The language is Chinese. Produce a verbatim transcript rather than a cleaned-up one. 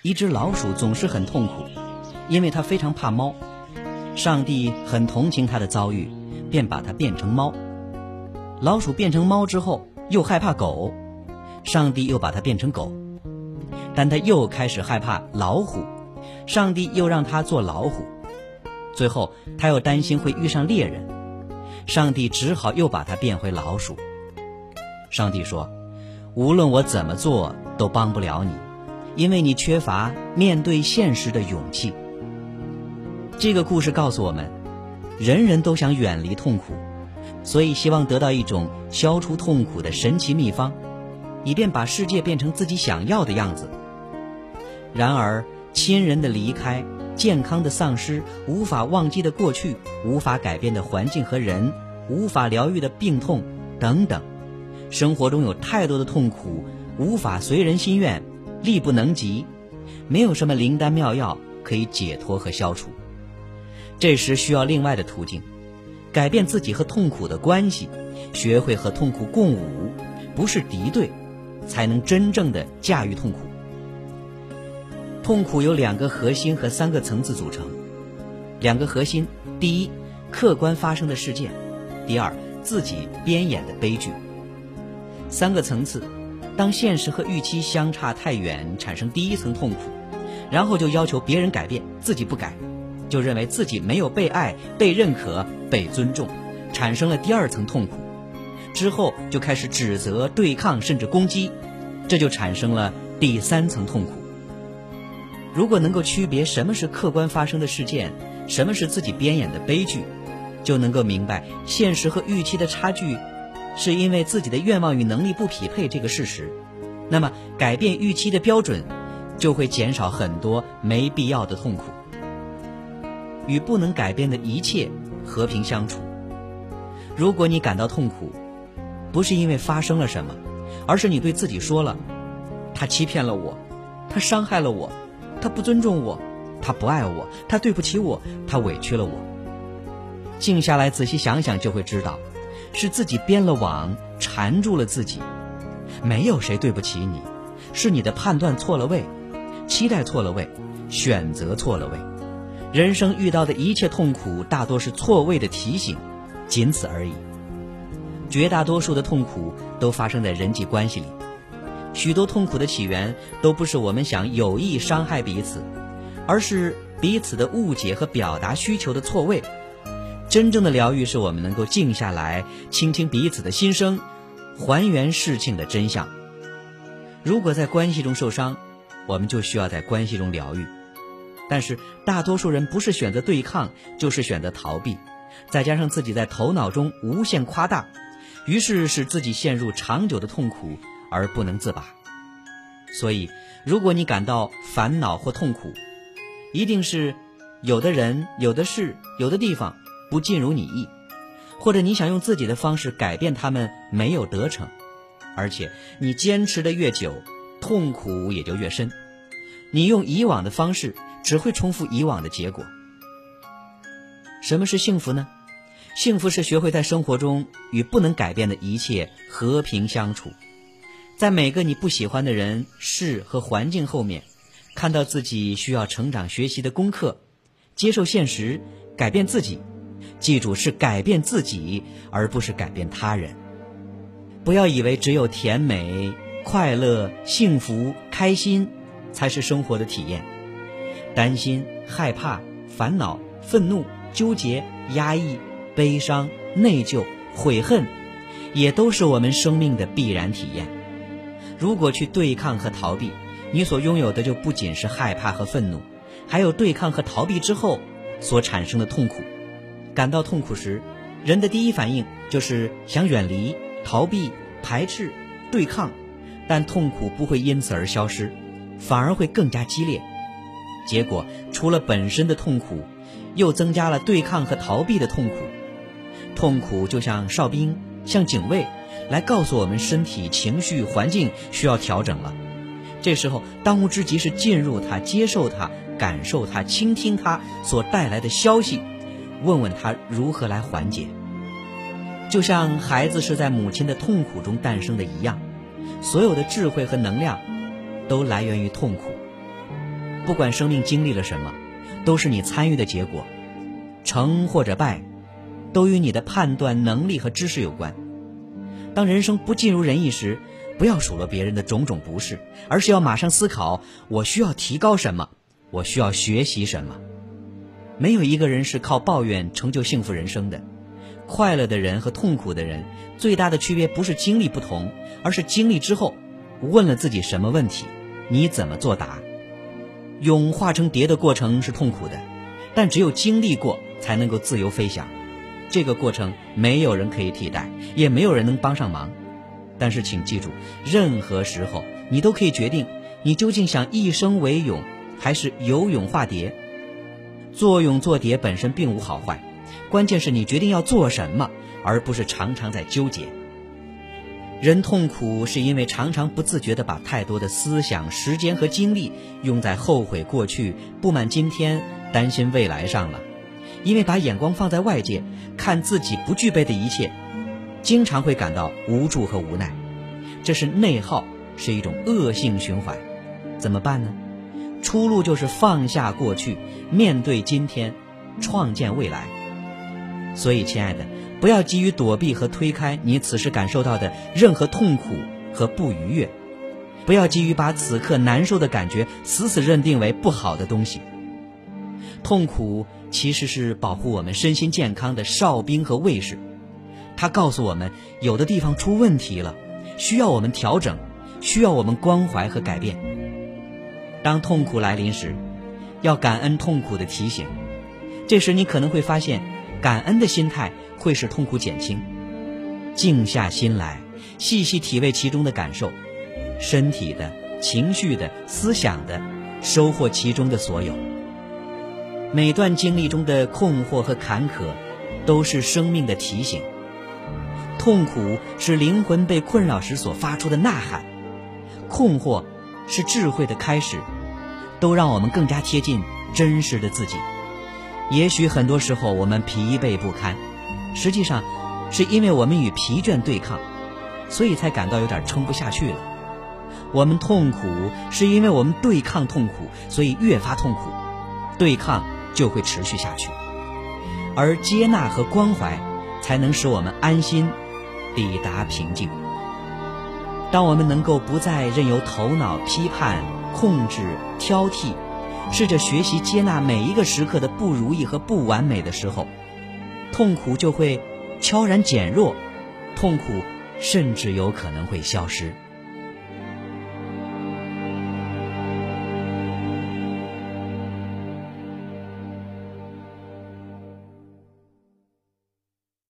一只老鼠总是很痛苦，因为它非常怕猫。上帝很同情它的遭遇，便把它变成猫。老鼠变成猫之后，又害怕狗，上帝又把它变成狗。但它又开始害怕老虎，上帝又让它做老虎。最后，它又担心会遇上猎人，上帝只好又把它变回老鼠。上帝说，无论我怎么做都帮不了你，因为你缺乏面对现实的勇气。这个故事告诉我们，人人都想远离痛苦，所以希望得到一种消除痛苦的神奇秘方，以便把世界变成自己想要的样子。然而，亲人的离开、健康的丧失、无法忘记的过去、无法改变的环境和人、无法疗愈的病痛等等，生活中有太多的痛苦，无法随人心愿，力不能及，没有什么灵丹妙药可以解脱和消除。这时需要另外的途径，改变自己和痛苦的关系，学会和痛苦共舞，不是敌对，才能真正的驾驭痛苦。痛苦由两个核心和三个层次组成。两个核心，第一，客观发生的事件；第二，自己编演的悲剧。三个层次，当现实和预期相差太远，产生第一层痛苦，然后就要求别人改变，自己不改，就认为自己没有被爱、被认可、被尊重，产生了第二层痛苦。之后就开始指责、对抗，甚至攻击，这就产生了第三层痛苦。如果能够区别什么是客观发生的事件，什么是自己编演的悲剧，就能够明白现实和预期的差距是因为自己的愿望与能力不匹配这个事实。那么改变预期的标准，就会减少很多没必要的痛苦。与不能改变的一切和平相处。如果你感到痛苦，不是因为发生了什么，而是你对自己说了，他欺骗了我，他伤害了我，他不尊重我，他不爱我，他对不起我，他委屈了我。静下来仔细想想就会知道，是自己编了网，缠住了自己。没有谁对不起你，是你的判断错了位，期待错了位，选择错了位。人生遇到的一切痛苦大多是错位的提醒，仅此而已。绝大多数的痛苦都发生在人际关系里，许多痛苦的起源都不是我们想有意伤害彼此，而是彼此的误解和表达需求的错位。真正的疗愈是我们能够静下来，倾听彼此的心声，还原事情的真相。如果在关系中受伤，我们就需要在关系中疗愈。但是大多数人不是选择对抗，就是选择逃避，再加上自己在头脑中无限夸大，于是使自己陷入长久的痛苦而不能自拔。所以如果你感到烦恼或痛苦，一定是有的人、有的事、有的地方不尽如你意，或者你想用自己的方式改变他们没有得逞，而且你坚持的越久，痛苦也就越深。你用以往的方式，只会重复以往的结果。什么是幸福呢？幸福是学会在生活中与不能改变的一切和平相处，在每个你不喜欢的人、事和环境后面，看到自己需要成长学习的功课，接受现实，改变自己。记住，是改变自己，而不是改变他人。不要以为只有甜美、快乐、幸福、开心才是生活的体验。担心、害怕、烦恼、愤怒、纠结、压抑、悲伤、内疚、悔恨，也都是我们生命的必然体验。如果去对抗和逃避，你所拥有的就不仅是害怕和愤怒，还有对抗和逃避之后所产生的痛苦。感到痛苦时，人的第一反应就是想远离、逃避、排斥、对抗，但痛苦不会因此而消失，反而会更加激烈。结果除了本身的痛苦，又增加了对抗和逃避的痛苦。痛苦就像哨兵，像警卫，来告诉我们身体、情绪、环境需要调整了。这时候当务之急是进入它，接受它，感受它，倾听它所带来的消息，问问他如何来缓解。就像孩子是在母亲的痛苦中诞生的一样，所有的智慧和能量都来源于痛苦。 不管生命经历了什么，都是你参与的结果，成或者败，都与你的判断能力和知识有关。当人生不尽如人意时，不要数落别人的种种不是，而是要马上思考，我需要提高什么，我需要学习什么。没有一个人是靠抱怨成就幸福人生的。快乐的人和痛苦的人，最大的区别不是经历不同，而是经历之后问了自己什么问题，你怎么作答。蛹化成蝶的过程是痛苦的，但只有经历过才能够自由飞翔。这个过程没有人可以替代，也没有人能帮上忙。但是请记住，任何时候你都可以决定，你究竟想一生为蛹，还是游泳化蝶。做蛹做蝶本身并无好坏，关键是你决定要做什么，而不是常常在纠结。人痛苦是因为常常不自觉地把太多的思想、时间和精力用在后悔过去、不满今天、担心未来上了。因为把眼光放在外界，看自己不具备的一切，经常会感到无助和无奈。这是内耗，是一种恶性循环。怎么办呢？出路就是放下过去，面对今天，创建未来。所以亲爱的，不要急于躲避和推开你此时感受到的任何痛苦和不愉悦，不要急于把此刻难受的感觉死死认定为不好的东西。痛苦其实是保护我们身心健康的哨兵和卫士，它告诉我们有的地方出问题了，需要我们调整，需要我们关怀和改变。当痛苦来临时，要感恩痛苦的提醒，这时你可能会发现，感恩的心态会使痛苦减轻。静下心来，细细体味其中的感受，身体的、情绪的、思想的，收获其中的所有。每段经历中的困惑和坎坷，都是生命的提醒。痛苦是灵魂被困扰时所发出的呐喊，困惑是智慧的开始，都让我们更加贴近真实的自己。也许很多时候我们疲惫不堪，实际上是因为我们与疲倦对抗，所以才感到有点撑不下去了。我们痛苦是因为我们对抗痛苦，所以越发痛苦，对抗就会持续下去。而接纳和关怀才能使我们安心抵达平静。当我们能够不再任由头脑批判、控制、挑剔，试着学习接纳每一个时刻的不如意和不完美的时候，痛苦就会悄然减弱，痛苦甚至有可能会消失。